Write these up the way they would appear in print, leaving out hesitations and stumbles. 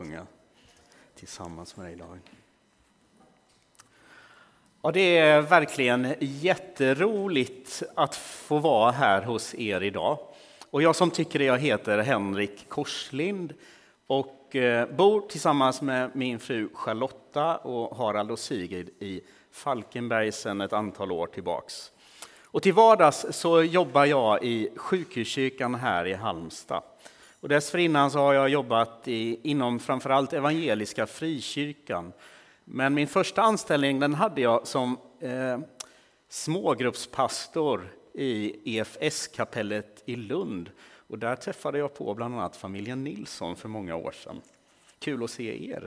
sjunga tillsammans med dig idag. Ja, det är verkligen jätteroligt att få vara här hos er idag. Och jag som tycker det, jag heter Henrik Korslind och bor tillsammans med min fru Charlotta och Harald och Sigrid i Falkenberg sedan ett antal år tillbaks. Och till vardags så jobbar jag i sjukhuskyrkan här i Halmstad. Och dessförinnan så har jag jobbat inom framförallt evangeliska frikyrkan. Men min första anställning den hade jag som smågruppspastor i EFS-kapellet i Lund. Och där träffade jag på bland annat familjen Nilsson för många år sedan. Kul att se er.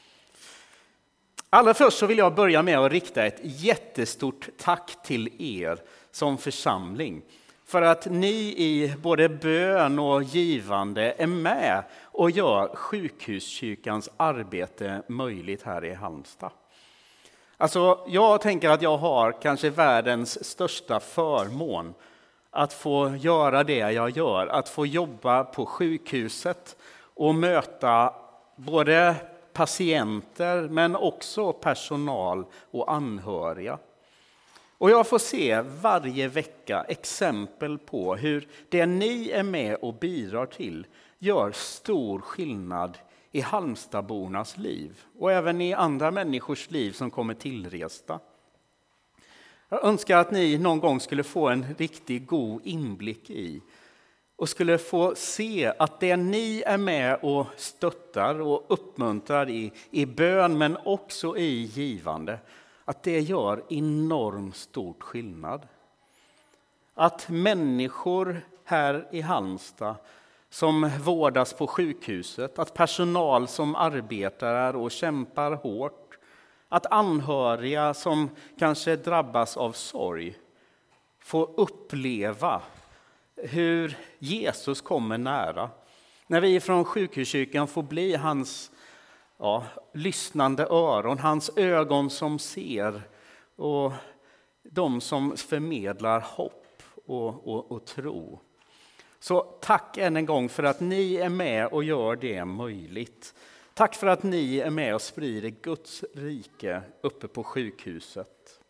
Allra först så vill jag börja med att rikta ett jättestort tack till er som församling. För att ni i både bön och givande är med och gör sjukhuskyrkans arbete möjligt här i Halmstad. Alltså, jag tänker att jag har kanske världens största förmån att få göra det jag gör. Att få jobba på sjukhuset och möta både patienter men också personal och anhöriga. Och jag får se varje vecka exempel på hur det ni är med och bidrar till gör stor skillnad i Halmstadbornas liv och även i andra människors liv som kommer tillresta. Jag önskar att ni någon gång skulle få en riktigt god inblick i och skulle få se att det ni är med och stöttar och uppmuntrar i bön men också i givande, att det gör enormt stort skillnad. Att människor här i Halmstad som vårdas på sjukhuset, att personal som arbetar och kämpar hårt, att anhöriga som kanske drabbas av sorg får uppleva hur Jesus kommer nära. När vi från sjukhuskyrkan får bli hans lyssnande öron, hans ögon som ser och de som förmedlar hopp och tro. Så tack än en gång för att ni är med och gör det möjligt. Tack för att ni är med och sprider Guds rike uppe på sjukhuset.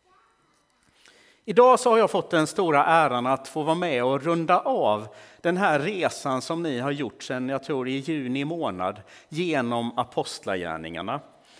Idag så har jag fått den stora äran att få vara med och runda av den här resan som ni har gjort sedan, jag tror i juni månad, genom apostlagärningarna.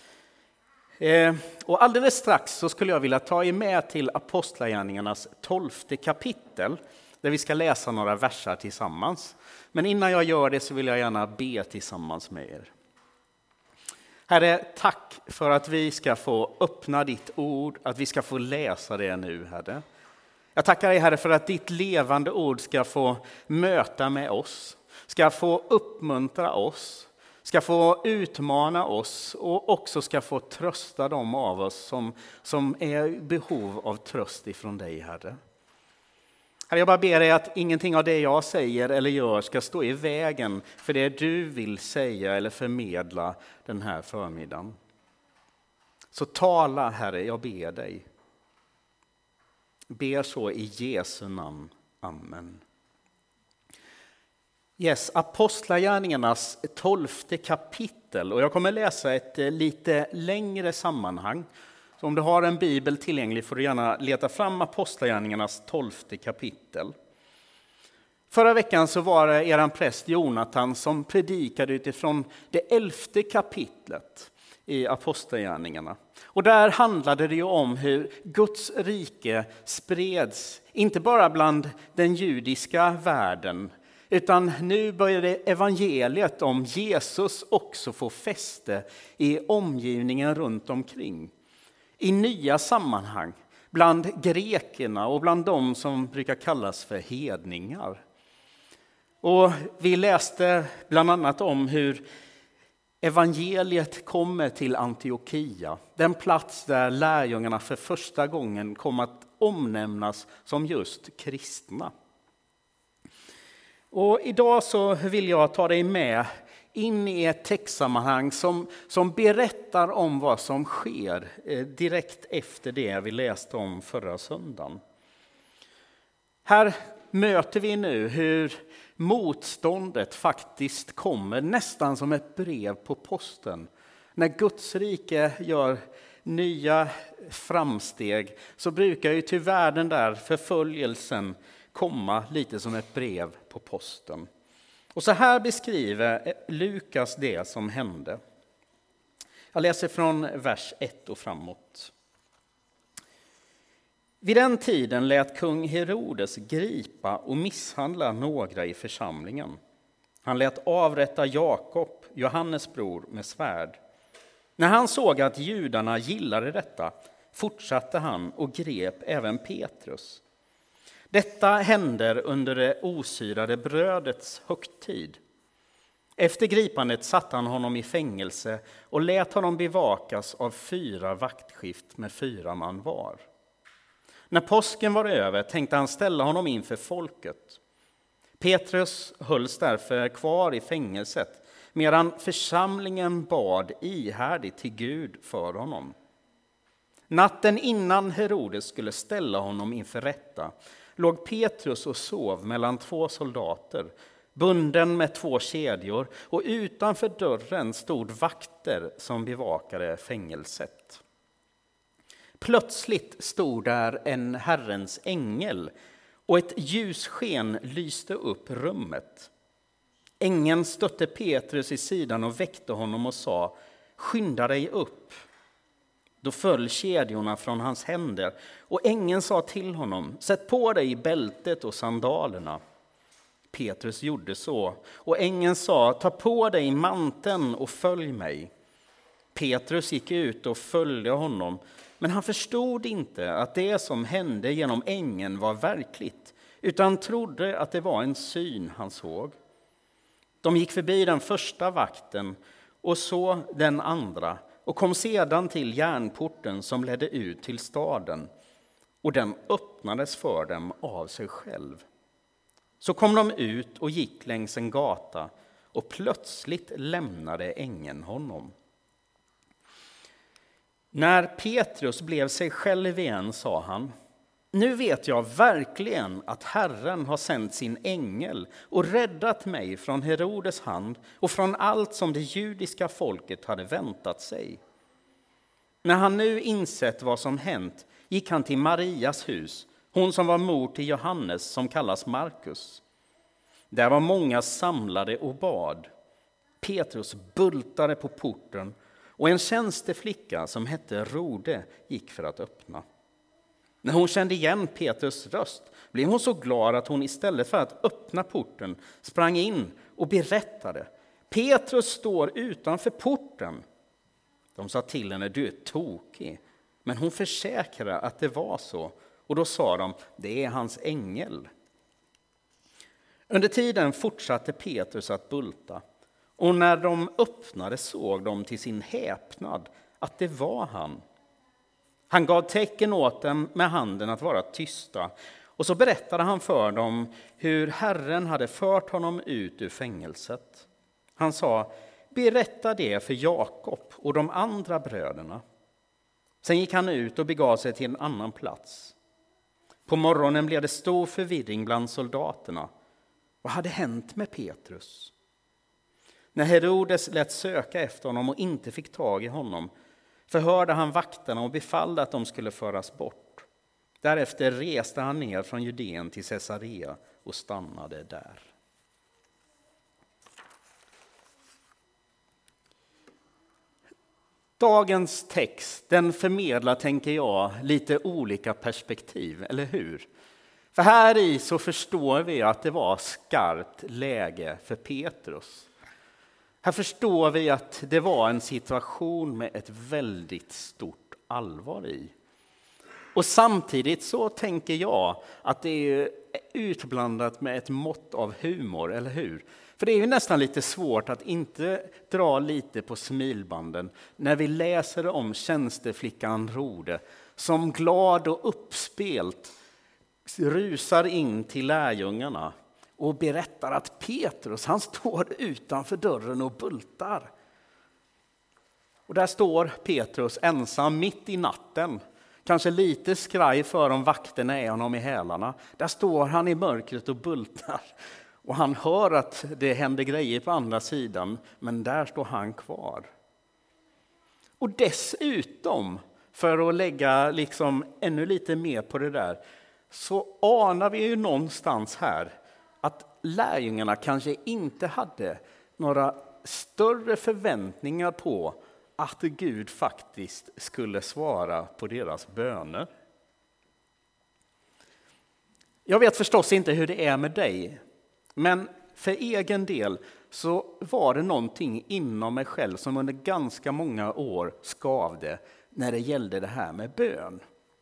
Och alldeles strax så skulle jag vilja ta er med till apostlagärningarnas 12:e kapitel, där vi ska läsa några versar tillsammans. Men innan jag gör det så vill jag gärna be tillsammans med er. Herre, tack för att vi ska få öppna ditt ord, att vi ska få läsa det nu, Herre. Jag tackar dig, Herre, för att ditt levande ord ska få möta med oss, ska få uppmuntra oss, ska få utmana oss och också ska få trösta de av oss som är i behov av tröst ifrån dig, Herre. Herre, jag bara ber dig att ingenting av det jag säger eller gör ska stå i vägen för det du vill säga eller förmedla den här förmiddagen. Så tala, Herre, jag ber dig. Ber så i Jesu namn. Amen. Yes, apostlagärningarnas 12:e kapitel. Och jag kommer läsa ett lite längre sammanhang. Så om du har en bibel tillgänglig får du gärna leta fram apostlagärningarnas 12:e kapitel. Förra veckan så var det eran präst Jonathan som predikade utifrån det 11:e kapitlet i apostlagärningarna. Och där handlade det ju om hur Guds rike spreds, inte bara bland den judiska världen, utan nu började evangeliet om Jesus också få fäste i omgivningen runt omkring. I nya sammanhang, bland grekerna och bland de som brukar kallas för hedningar. Och vi läste bland annat om hur evangeliet kommer till Antiokia, den plats där lärjungarna för första gången kom att omnämnas som just kristna. Och idag så vill jag ta dig med in i ett textsammanhang som berättar om vad som sker direkt efter det vi läste om förra söndagen. Här möter vi nu hur motståndet faktiskt kommer nästan som ett brev på posten. När Guds rike gör nya framsteg så brukar ju tyvärr den där förföljelsen komma lite som ett brev på posten. Och så här beskriver Lukas det som hände. Jag läser från vers 1 och framåt. Vid den tiden lät kung Herodes gripa och misshandla några i församlingen. Han lät avrätta Jakob, Johannes bror, med svärd. När han såg att judarna gillade detta fortsatte han och grep även Petrus. Detta hände under det osyrade brödets högtid. Efter gripandet satte han honom i fängelse och lät honom bevakas av 4 vaktskift med 4 man var. När påsken var över tänkte han ställa honom inför folket. Petrus hölls därför kvar i fängelset medan församlingen bad ihärdigt till Gud för honom. Natten innan Herodes skulle ställa honom inför rätta låg Petrus och sov mellan 2 soldater, bunden med 2 kedjor, och utanför dörren stod vakter som bevakade fängelset. Plötsligt stod där en Herrens ängel och ett ljussken lyste upp rummet. Ängeln stötte Petrus i sidan och väckte honom och sa: "Skynda dig upp." Då föll kedjorna från hans händer och ängeln sa till honom: "Sätt på dig bältet och sandalerna." Petrus gjorde så och ängeln sa: "Ta på dig manteln och följ mig." Petrus gick ut och följde honom, men han förstod inte att det som hände genom ängeln var verkligt, utan trodde att det var en syn han såg. De gick förbi den första vakten och så den andra och kom sedan till järnporten som ledde ut till staden, och den öppnades för dem av sig själv. Så kom de ut och gick längs en gata, och plötsligt lämnade ängeln honom. När Petrus blev sig själv igen sa han: "Nu vet jag verkligen att Herren har sänt sin ängel och räddat mig från Herodes hand och från allt som det judiska folket hade väntat sig." När han nu insett vad som hänt gick han till Marias hus, hon som var mor till Johannes som kallas Markus. Där var många samlade och bad. Petrus bultade på porten och en tjänsteflicka som hette Rode gick för att öppna. När hon kände igen Petrus röst blev hon så glad att hon istället för att öppna porten sprang in och berättade: "Petrus står utanför porten." De sa till henne: "Du är tokig." Men hon försäkrade att det var så, och då sa de: "Det är hans ängel." Under tiden fortsatte Petrus att bulta, och när de öppnade såg de till sin häpnad att det var han. Han gav tecken åt dem med handen att vara tysta, och så berättade han för dem hur Herren hade fört honom ut ur fängelset. Han sa: "Berätta det för Jakob och de andra bröderna." Sen gick han ut och begav sig till en annan plats. På morgonen blev det stor förvirring bland soldaterna. Vad hade hänt med Petrus? När Herodes lät söka efter honom och inte fick tag i honom förhörde han vakterna och befallde att de skulle föras bort. Därefter reste han ner från Judeen till Caesarea och stannade där. Dagens text, den förmedlar, tänker jag, lite olika perspektiv, eller hur? För här i så förstår vi att det var skarpt läge för Petrus. Här förstår vi att det var en situation med ett väldigt stort allvar i. Och samtidigt så tänker jag att det är utblandat med ett mått av humor, eller hur? För det är ju nästan lite svårt att inte dra lite på smilbanden när vi läser om tjänsteflickan Rode som glad och uppspelt rusar in till lärjungarna och berättar att Petrus, han står utanför dörren och bultar. Och där står Petrus ensam mitt i natten. Kanske lite skraj för om vakterna är honom i hälarna. Där står han i mörkret och bultar. Och han hör att det händer grejer på andra sidan, men där står han kvar. Och dessutom, för att lägga ännu lite mer på det där, så anar vi ju någonstans här att lärjungarna kanske inte hade några större förväntningar på att Gud faktiskt skulle svara på deras böner. Jag vet förstås inte hur det är med dig, men för egen del så var det någonting inom mig själv som under ganska många år skavde när det gällde det här med bön.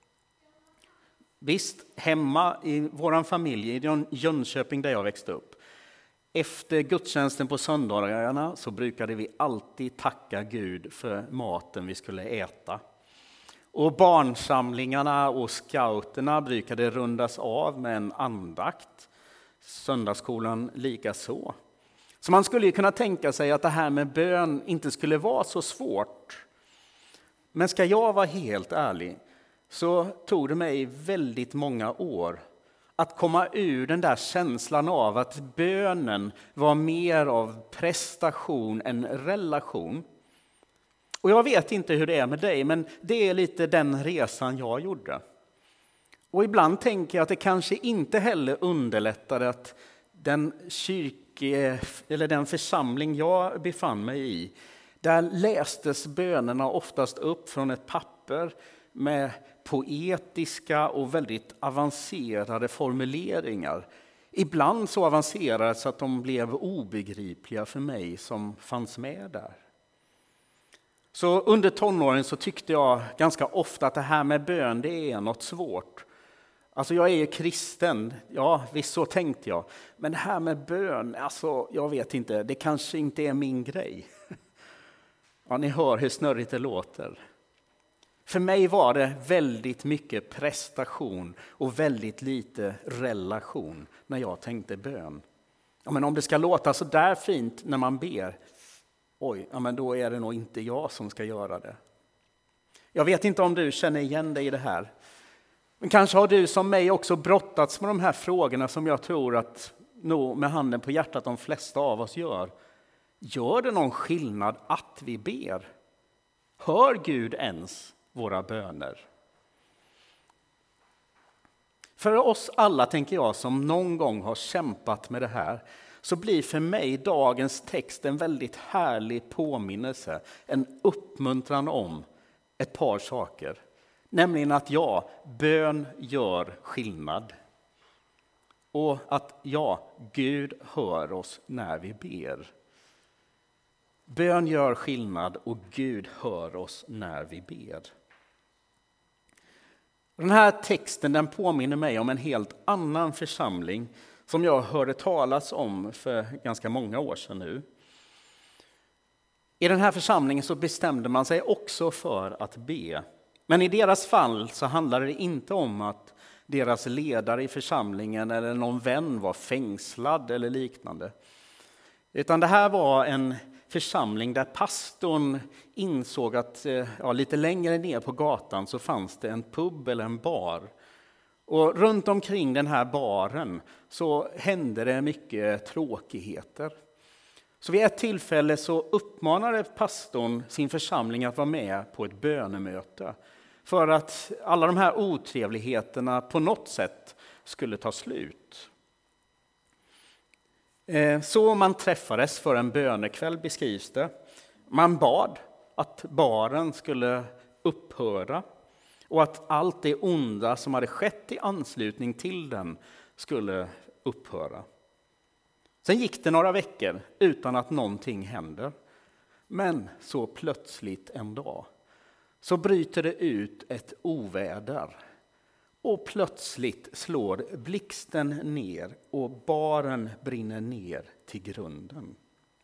Visst, hemma i vår familj i Jönköping där jag växte upp, efter gudstjänsten på söndagarna så brukade vi alltid tacka Gud för maten vi skulle äta. Och barnsamlingarna och scouterna brukade rundas av med en andakt. Söndagsskolan lika så. Så man skulle ju kunna tänka sig att det här med bön inte skulle vara så svårt. Men ska jag vara helt ärlig så tog det mig väldigt många år att komma ur den där känslan av att bönen var mer av prestation än relation. Och jag vet inte hur det är med dig, men det är lite den resan jag gjorde. Och ibland tänker jag att det kanske inte heller underlättade att den eller den församling jag befann mig i, där lästes bönerna oftast upp från ett papper med poetiska och väldigt avancerade formuleringar. Ibland så avancerade så att de blev obegripliga för mig som fanns med där. Så under tonåren så tyckte jag ganska ofta att det här med bön, det är något svårt. Alltså jag är ju kristen, ja visst så tänkte jag. Men det här med bön, alltså jag vet inte, det kanske inte är min grej. Ja, ni hör hur snurrigt det låter. För mig var det väldigt mycket prestation och väldigt lite relation när jag tänkte bön. Ja, men om det ska låta så där fint när man ber, men då är det nog inte jag som ska göra det. Jag vet inte om du känner igen dig i det här. Men kanske har du som mig också brottats med de här frågorna som jag tror att nog med handen på hjärtat de flesta av oss gör. Gör det någon skillnad att vi ber? Hör Gud ens våra böner? För oss alla, tänker jag, som någon gång har kämpat med det här, så blir för mig dagens text en väldigt härlig påminnelse, en uppmuntran om ett par saker. Nämligen att bön gör skillnad. Och att Gud hör oss när vi ber. Bön gör skillnad och Gud hör oss när vi ber. Den här texten den påminner mig om en helt annan församling som jag hörde talas om för ganska många år sedan nu. I den här församlingen så bestämde man sig också för att be. Men i deras fall så handlade det inte om att deras ledare i församlingen eller någon vän var fängslad eller liknande. Utan det här var en församling där pastorn insåg att lite längre ner på gatan så fanns det en pub eller en bar. Och runt omkring den här baren så hände det mycket tråkigheter. Så vid ett tillfälle så uppmanade pastorn sin församling att vara med på ett bönemöte. För att alla de här otrevligheterna på något sätt skulle ta slut. Så man träffades för en bönekväll beskrivs det. Man bad att baren skulle upphöra. Och att allt det onda som hade skett i anslutning till den skulle upphöra. Sen gick det några veckor utan att någonting händer. Men så plötsligt en dag så bryter det ut ett oväder. Och plötsligt slår blixten ner och baren brinner ner till grunden.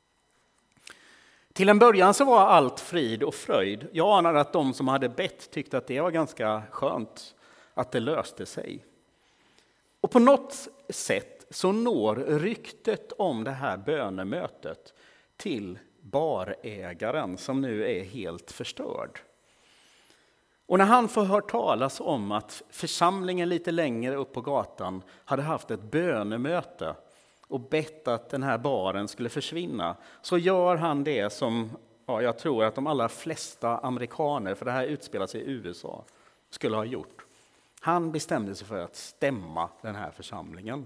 Till en början så var allt frid och fröjd. Jag anar att de som hade bett tyckte att det var ganska skönt att det löste sig. Och på något sätt så når ryktet om det här bönemötet till barägaren som nu är helt förstörd. Och när han får höra talas om att församlingen lite längre upp på gatan hade haft ett bönemöte och bett att den här baren skulle försvinna, så gör han det som jag tror att de allra flesta amerikaner, för det här utspelar sig i USA, skulle ha gjort. Han bestämde sig för att stämma den här församlingen.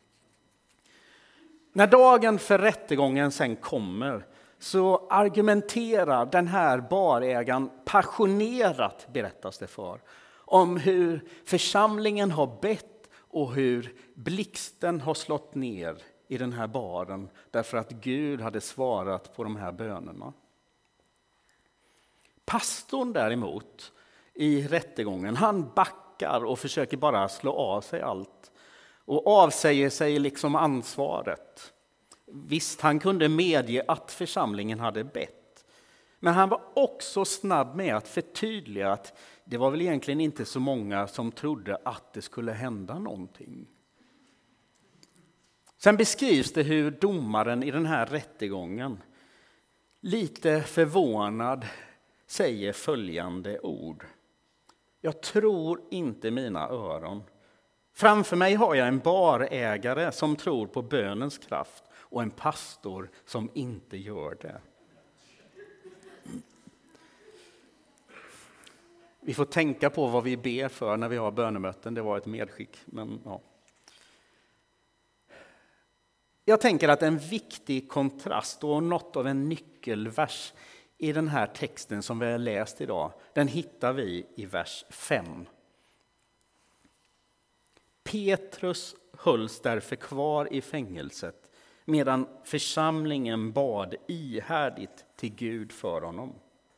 När dagen för rättegången sen kommer så argumenterar den här barägaren passionerat, berättas det för, om hur församlingen har bett och hur blixten har slått ner i den här baren därför att Gud hade svarat på de här bönerna. Pastorn däremot i rättegången, han backar och försöker bara slå av sig allt och avsäger sig liksom ansvaret. Visst, han kunde medge att församlingen hade bett, men han var också snabb med att förtydliga att det var väl egentligen inte så många som trodde att det skulle hända någonting. Sen beskrivs det hur domaren i den här rättegången lite förvånad säger följande ord. Jag tror inte mina öron. Framför mig har jag en barägare som tror på bönens kraft och en pastor som inte gör det. Vi får tänka på vad vi ber för när vi har bönemöten. Det var ett medskick. Men, ja. Jag tänker att en viktig kontrast och något av en nyckelvers i den här texten som vi har läst idag, den hittar vi i vers 5. Petrus hölls därför kvar i fängelset medan församlingen bad ihärdigt till Gud för honom.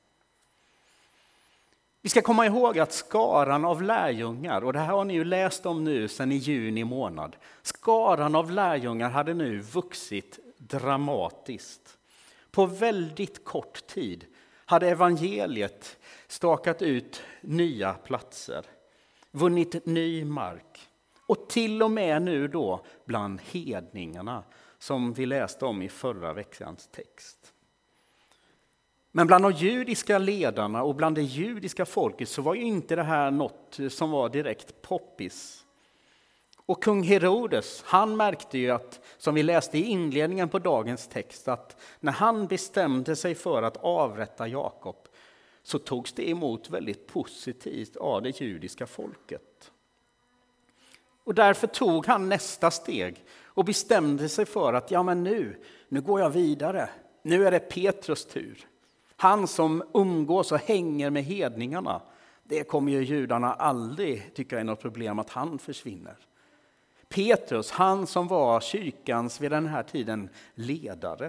Vi ska komma ihåg att skaran av lärjungar, och det här har ni ju läst om nu sedan i juni månad, skaran av lärjungar hade nu vuxit dramatiskt. På väldigt kort tid hade evangeliet stakat ut nya platser, vunnit ny mark. Och till och med nu då bland hedningarna som vi läste om i förra veckans text. Men bland de judiska ledarna och bland det judiska folket så var ju inte det här något som var direkt poppis. Och kung Herodes, han märkte ju att, som vi läste i inledningen på dagens text, att när han bestämde sig för att avrätta Jakob så togs det emot väldigt positivt av det judiska folket. Och därför tog han nästa steg och bestämde sig för att nu går jag vidare. Nu är det Petrus tur. Han som umgås och hänger med hedningarna, det kommer ju judarna aldrig tycka är något problem att han försvinner. Petrus, han som var kyrkans vid den här tiden ledare.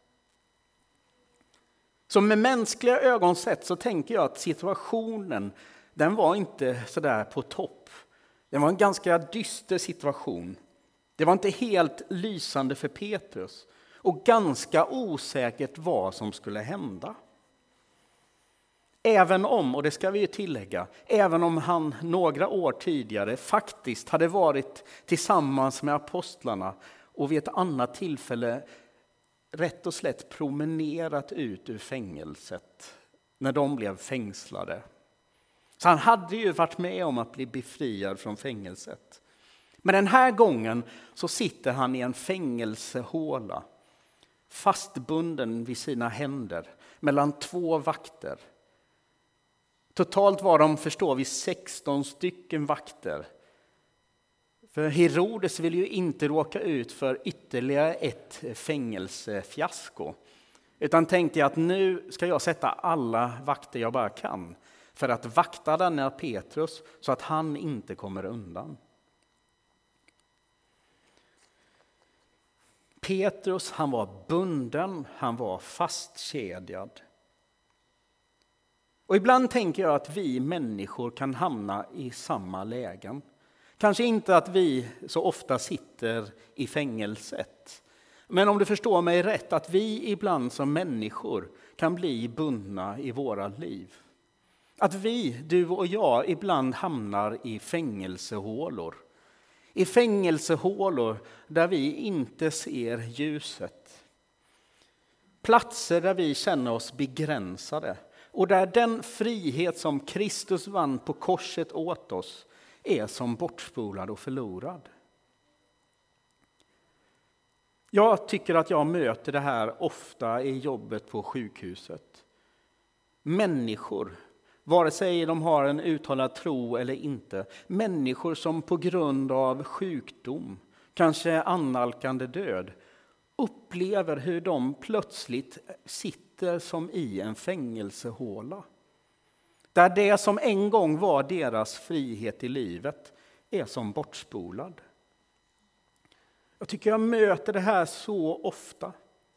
Så med mänskliga ögon sett så tänker jag att situationen, den var inte så där på topp. Det var en ganska dyster situation. Det var inte helt lysande för Petrus och ganska osäkert vad som skulle hända. Även om, och det ska vi ju tillägga, även om han några år tidigare faktiskt hade varit tillsammans med apostlarna och vid ett annat tillfälle rätt och slätt promenerat ut ur fängelset när de blev fängslade. Så han hade ju varit med om att bli befriad från fängelset. Men den här gången så sitter han i en fängelsehåla, fastbunden vid sina händer mellan 2 vakter. Totalt var de, förstår vi, 16 stycken vakter. För Herodes vill ju inte råka ut för ytterligare ett fängelsefiasko. Utan tänkte jag att nu ska jag sätta alla vakter jag bara kan för att vakta denna Petrus så att han inte kommer undan. Petrus, han var bunden, han var fastkedjad. Och ibland tänker jag att vi människor kan hamna i samma lägen. Kanske inte att vi så ofta sitter i fängelset. Men om du förstår mig rätt, att vi ibland som människor kan bli bundna i våra liv. Att vi, du och jag, ibland hamnar i fängelsehålor. I fängelsehålor där vi inte ser ljuset. Platser där vi känner oss begränsade. och där den frihet som Kristus vann på korset åt oss är som bortspolad och förlorad. Jag tycker att jag möter det här ofta i jobbet på sjukhuset. Människor, vare sig de har en uttalad tro eller inte, människor som på grund av sjukdom, kanske annalkande död, upplever hur de plötsligt sitter som i en fängelsehåla. Där det som en gång var deras frihet i livet är som bortspolad. Jag tycker jag möter det här så ofta.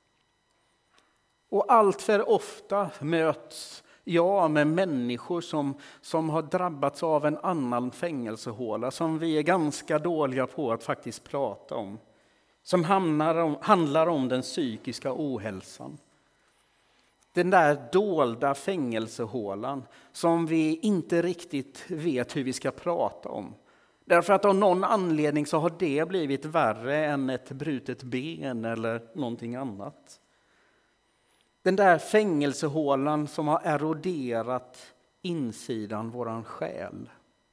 Och allt för ofta möts jag med människor som har drabbats av en annan fängelsehåla som vi är ganska dåliga på att faktiskt prata om. Som handlar om den psykiska ohälsan. Den där dolda fängelsehålan som vi inte riktigt vet hur vi ska prata om. Därför att av någon anledning så har det blivit värre än ett brutet ben eller någonting annat. Den där fängelsehålan som har eroderat insidan våran själ.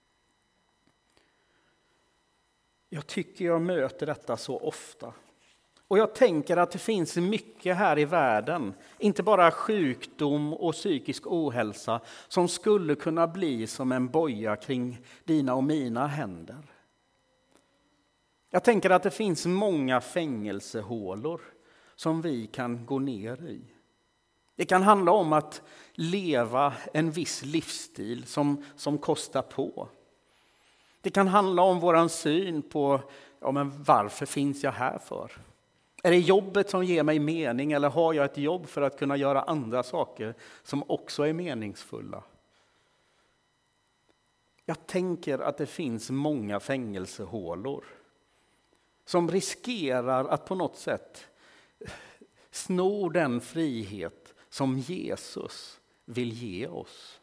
Jag tycker jag möter detta så ofta. Och jag tänker att det finns mycket här i världen, inte bara sjukdom och psykisk ohälsa, som skulle kunna bli som en boja kring dina och mina händer. Jag tänker att det finns många fängelsehålor som vi kan gå ner i. Det kan handla om att leva en viss livsstil som kostar på. Det kan handla om våran syn på varför finns jag här för? Är det jobbet som ger mig mening eller har jag ett jobb för att kunna göra andra saker som också är meningsfulla? Jag tänker att det finns många fängelsehålor som riskerar att på något sätt sno den frihet som Jesus vill ge oss.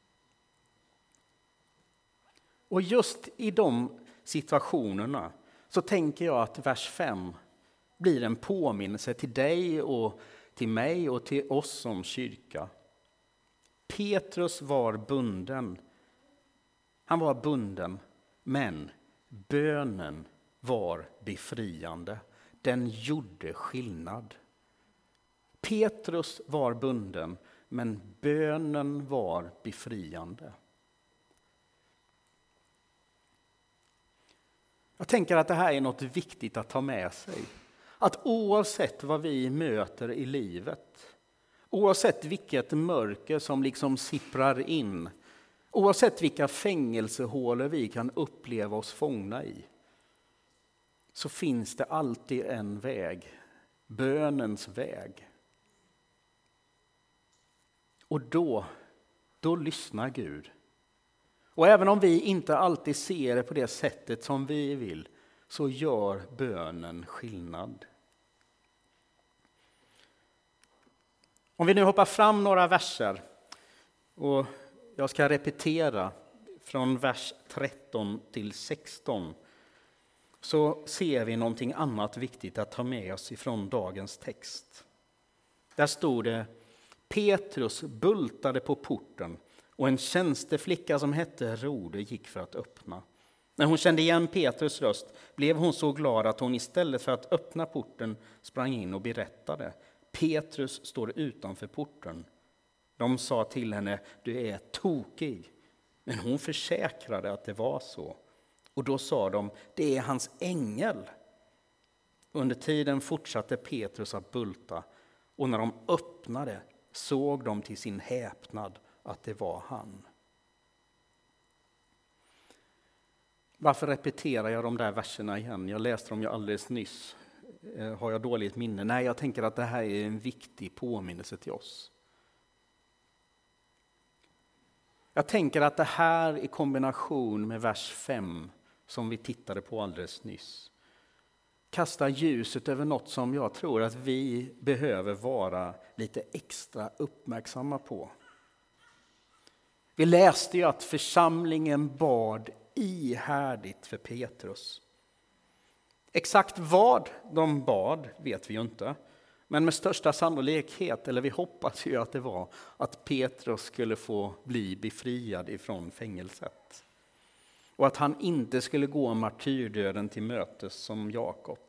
Och just i de situationerna så tänker jag att vers 5 blir en påminnelse till dig och till mig och till oss som kyrka. Petrus var bunden. Han var bunden, men bönen var befriande. Den gjorde skillnad. Petrus var bunden, men bönen var befriande. Jag tänker att det här är något viktigt att ta med sig. Att oavsett vad vi möter i livet, oavsett vilket mörker som liksom sipprar in, oavsett vilka fängelsehålor vi kan uppleva oss fångna i, så finns det alltid en väg, bönens väg. Och då lyssnar Gud. Och även om vi inte alltid ser det på det sättet som vi vill, så gör bönen skillnad. Om vi nu hoppar fram några verser, och jag ska repetera från vers 13 till 16, så ser vi någonting annat viktigt att ta med oss ifrån dagens text. Där stod det: Petrus bultade på porten och en tjänsteflicka som hette Rode gick för att öppna. När hon kände igen Petrus röst blev hon så glad att hon istället för att öppna porten sprang in och berättade: Petrus står utanför porten. De sa till henne: du är tokig. Men hon försäkrade att det var så. Och då sa de: det är hans ängel. Under tiden fortsatte Petrus att bulta, och när de öppnade såg de till sin häpnad att det var han. Varför repeterar jag de där verserna igen? Jag läste dem ju alldeles nyss. Har jag dåligt minne? Nej, jag tänker att det här är en viktig påminnelse till oss. Jag tänker att det här i kombination med vers 5 som vi tittade på alldeles nyss kastar ljuset över något som jag tror att vi behöver vara lite extra uppmärksamma på. Vi läste ju att församlingen bad ihärdigt för Petrus. Exakt vad de bad vet vi ju inte. Men med största sannolikhet, eller vi hoppas ju att det var, att Petrus skulle få bli befriad ifrån fängelset. Och att han inte skulle gå martyrdöden till mötes som Jakob.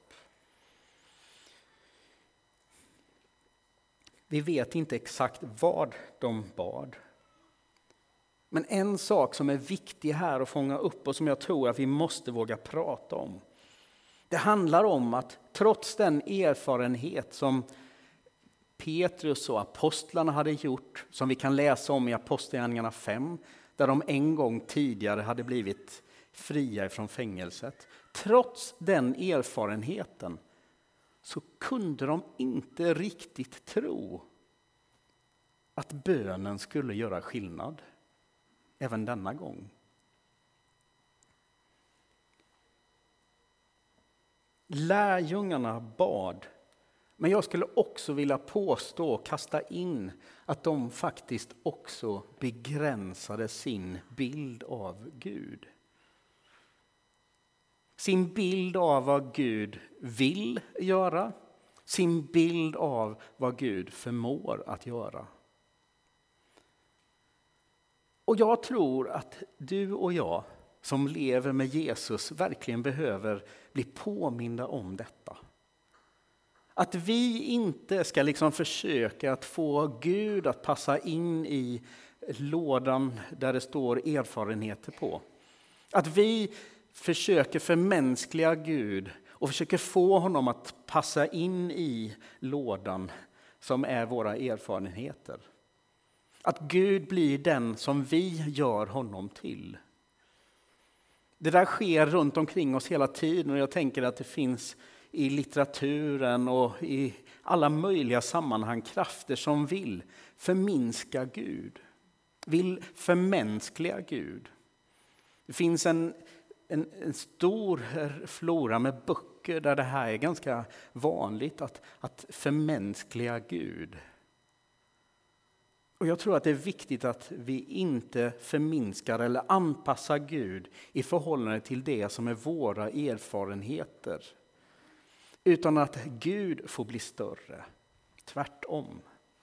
Vi vet inte exakt vad de bad. Men en sak som är viktig här att fånga upp och som jag tror att vi måste våga prata om. Det handlar om att trots den erfarenhet som Petrus och apostlarna hade gjort, som vi kan läsa om i Apostlagärningarna 5, där de en gång tidigare hade blivit fria från fängelset. Trots den erfarenheten så kunde de inte riktigt tro att bönen skulle göra skillnad även denna gång. Lärjungarna bad, men jag skulle också vilja påstå och kasta in att de faktiskt också begränsade sin bild av Gud. Sin bild av vad Gud vill göra, sin bild av vad Gud förmår att göra. Och jag tror att du och jag som lever med Jesus verkligen behöver bli påminda om detta. Att vi inte ska liksom försöka att få Gud att passa in i lådan där det står erfarenheter på. Att vi försöker förmänskliga Gud och försöker få honom att passa in i lådan som är våra erfarenheter. Att Gud blir den som vi gör honom till. Det där sker runt omkring oss hela tiden och jag tänker att det finns i litteraturen och i alla möjliga sammanhang krafter som vill förminska Gud. Vill förmänskliga Gud. Det finns en stor flora med böcker där det här är ganska vanligt att förmänskliga Gud. Och jag tror att det är viktigt att vi inte förminskar eller anpassar Gud i förhållande till det som är våra erfarenheter. Utan att Gud får bli större. Tvärtom.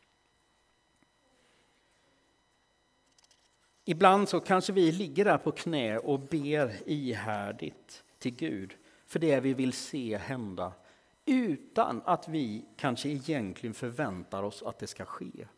Ibland så kanske vi ligger där på knä och ber ihärdigt till Gud för det vi vill se hända. Utan att vi kanske egentligen förväntar oss att det ska ske.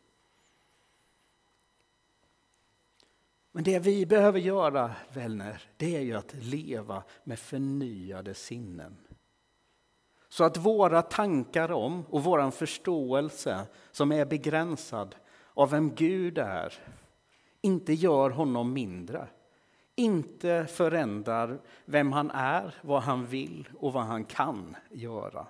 Men det vi behöver göra, vänner, det är ju att leva med förnyade sinnen. Så att våra tankar om och vår förståelse som är begränsad av vem Gud är, inte gör honom mindre. Inte förändrar vem han är, vad han vill och vad han kan göra.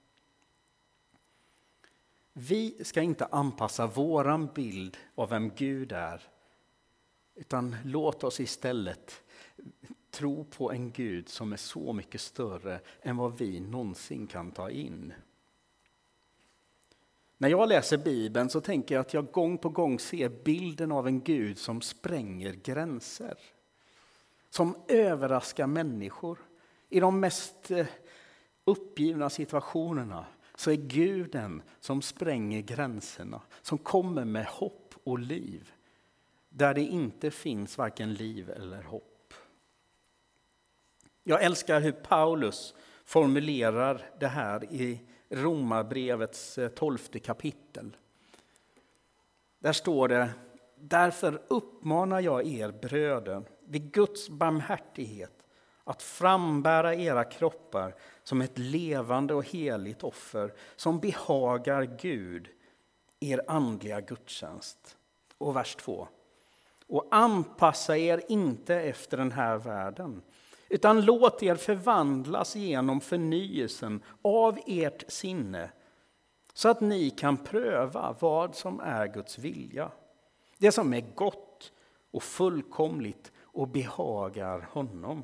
Vi ska inte anpassa våran bild av vem Gud är. Utan låt oss istället tro på en Gud som är så mycket större än vad vi någonsin kan ta in. När jag läser Bibeln så tänker jag att jag gång på gång ser bilden av en Gud som spränger gränser. Som överraskar människor. I de mest uppgivna situationerna så är Gud den som spränger gränserna. Som kommer med hopp och liv. Där det inte finns varken liv eller hopp. Jag älskar hur Paulus formulerar det här i Romarbrevets 12:e kapitel. Där står det: därför uppmanar jag er bröder vid Guds barmhärtighet att frambära era kroppar som ett levande och heligt offer som behagar Gud, er andliga gudstjänst. Och vers 2. Och anpassa er inte efter den här världen, utan låt er förvandlas genom förnyelsen av ert sinne, så att ni kan pröva vad som är Guds vilja. Det som är gott och fullkomligt och behagar honom.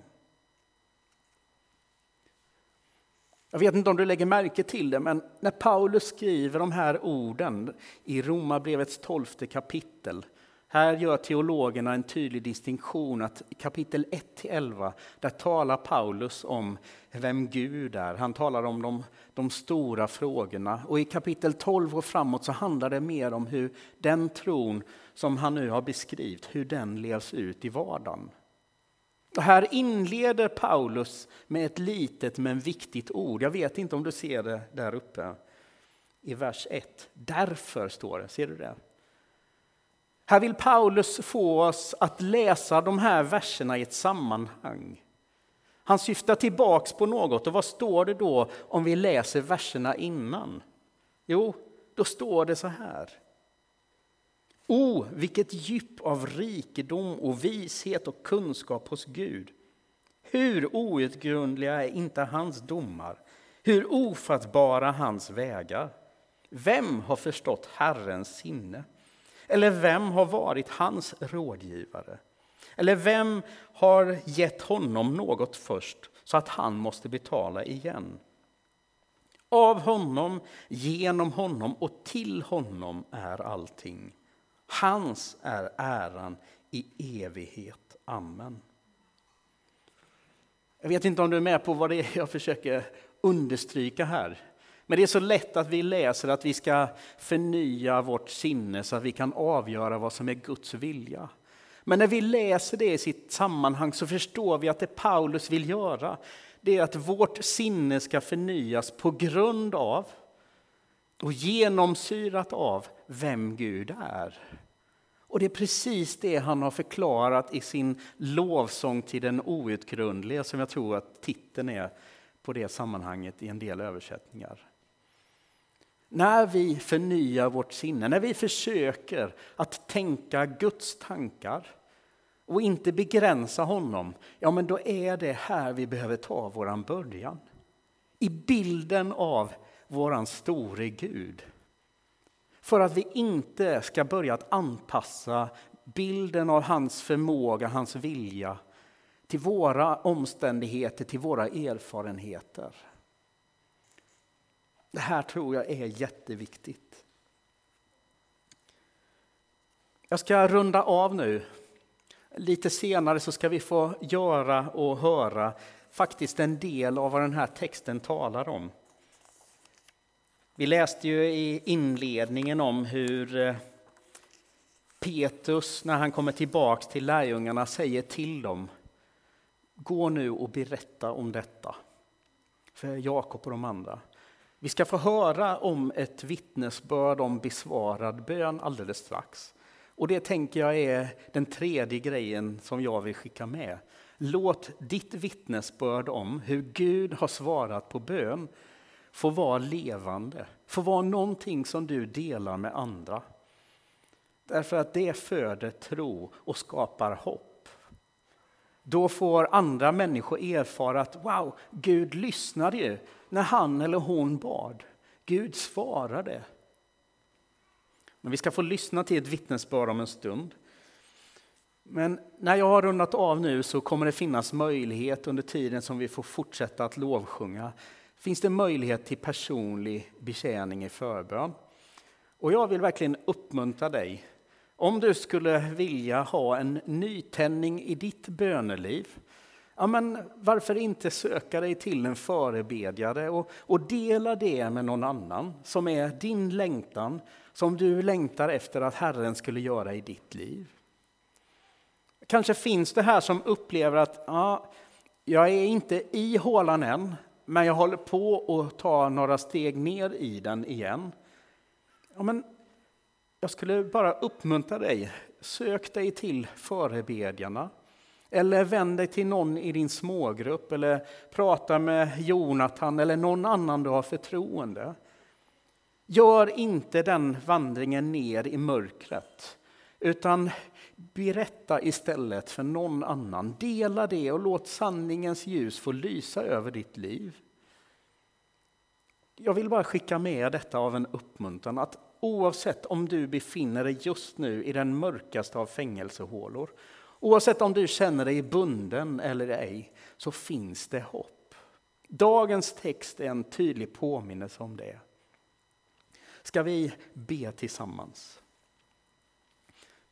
Jag vet inte om du lägger märke till det, men när Paulus skriver de här orden i Romarbrevets 12:e kapitel, Här gör teologerna en tydlig distinktion att i kapitel 1-11 där talar Paulus om vem Gud är. Han talar om de stora frågorna. Och i kapitel 12 och framåt så handlar det mer om hur den tron som han nu har beskrivit, hur den levs ut i vardagen. Och här inleder Paulus med ett litet men viktigt ord. Jag vet inte om du ser det där uppe i vers 1. Därför står det, ser du det? Här vill Paulus få oss att läsa de här verserna i ett sammanhang. Han syftar tillbaks på något. Och vad står det då om vi läser verserna innan? Jo, då står det så här. Vilket djup av rikedom och vishet och kunskap hos Gud. Hur outgrundliga är inte hans domar. Hur ofattbara hans vägar. Vem har förstått Herrens sinne? Eller vem har varit hans rådgivare? Eller vem har gett honom något först så att han måste betala igen? Av honom, genom honom och till honom är allting. Hans är äran i evighet. Amen. Jag vet inte om du är med på vad det är jag försöker understryka här. Men det är så lätt att vi läser att vi ska förnya vårt sinne så att vi kan avgöra vad som är Guds vilja. Men när vi läser det i sitt sammanhang så förstår vi att det Paulus vill göra, det är att vårt sinne ska förnyas på grund av och genomsyrat av vem Gud är. Och det är precis det han har förklarat i sin lovsång till den outgrundliga, som jag tror att titeln är på det sammanhanget i en del översättningar. När vi förnyar vårt sinne, när vi försöker att tänka Guds tankar och inte begränsa honom, ja men då är det här vi behöver ta våran början. I bilden av våran store Gud. För att vi inte ska börja att anpassa bilden av hans förmåga, hans vilja till våra omständigheter, till våra erfarenheter. Det här tror jag är jätteviktigt. Jag ska runda av nu. Lite senare så ska vi få göra och höra faktiskt en del av vad den här texten talar om. Vi läste ju i inledningen om hur Petrus, när han kommer tillbaks till lärjungarna, säger till dem: gå nu och berätta om detta för Jakob och de andra. Vi ska få höra om ett vittnesbörd om besvarad bön alldeles strax. Och det tänker jag är den tredje grejen som jag vill skicka med. Låt ditt vittnesbörd om hur Gud har svarat på bön få vara levande. Få vara någonting som du delar med andra. Därför att det föder tro och skapar hopp. Då får andra människor erfara att wow, Gud lyssnade ju när han eller hon bad. Gud svarade. Men vi ska få lyssna till ett vittnesbörd om en stund. Men när jag har rundat av nu så kommer det finnas möjlighet under tiden som vi får fortsätta att lovsjunga. Finns det möjlighet till personlig betjäning i förbön. Och jag vill verkligen uppmuntra dig. Om du skulle vilja ha en nytändning i ditt böneliv, ja men varför inte söka dig till en förebedjare och dela det med någon annan som är din längtan, som du längtar efter att Herren skulle göra i ditt liv. Kanske finns det här som upplever att jag är inte i hålan än, men jag håller på att ta några steg ner i den igen. Ja, men jag skulle bara uppmuntra dig. Sök dig till förebedjarna. Eller vänd dig till någon i din smågrupp. Eller prata med Jonathan eller någon annan du har förtroende. Gör inte den vandringen ner i mörkret. Utan berätta istället för någon annan. Dela det och låt sanningens ljus få lysa över ditt liv. Jag vill bara skicka med detta av en uppmuntran att oavsett om du befinner dig just nu i den mörkaste av fängelsehålor, oavsett om du känner dig bunden eller ej, så finns det hopp. Dagens text är en tydlig påminnelse om det. Ska vi be tillsammans?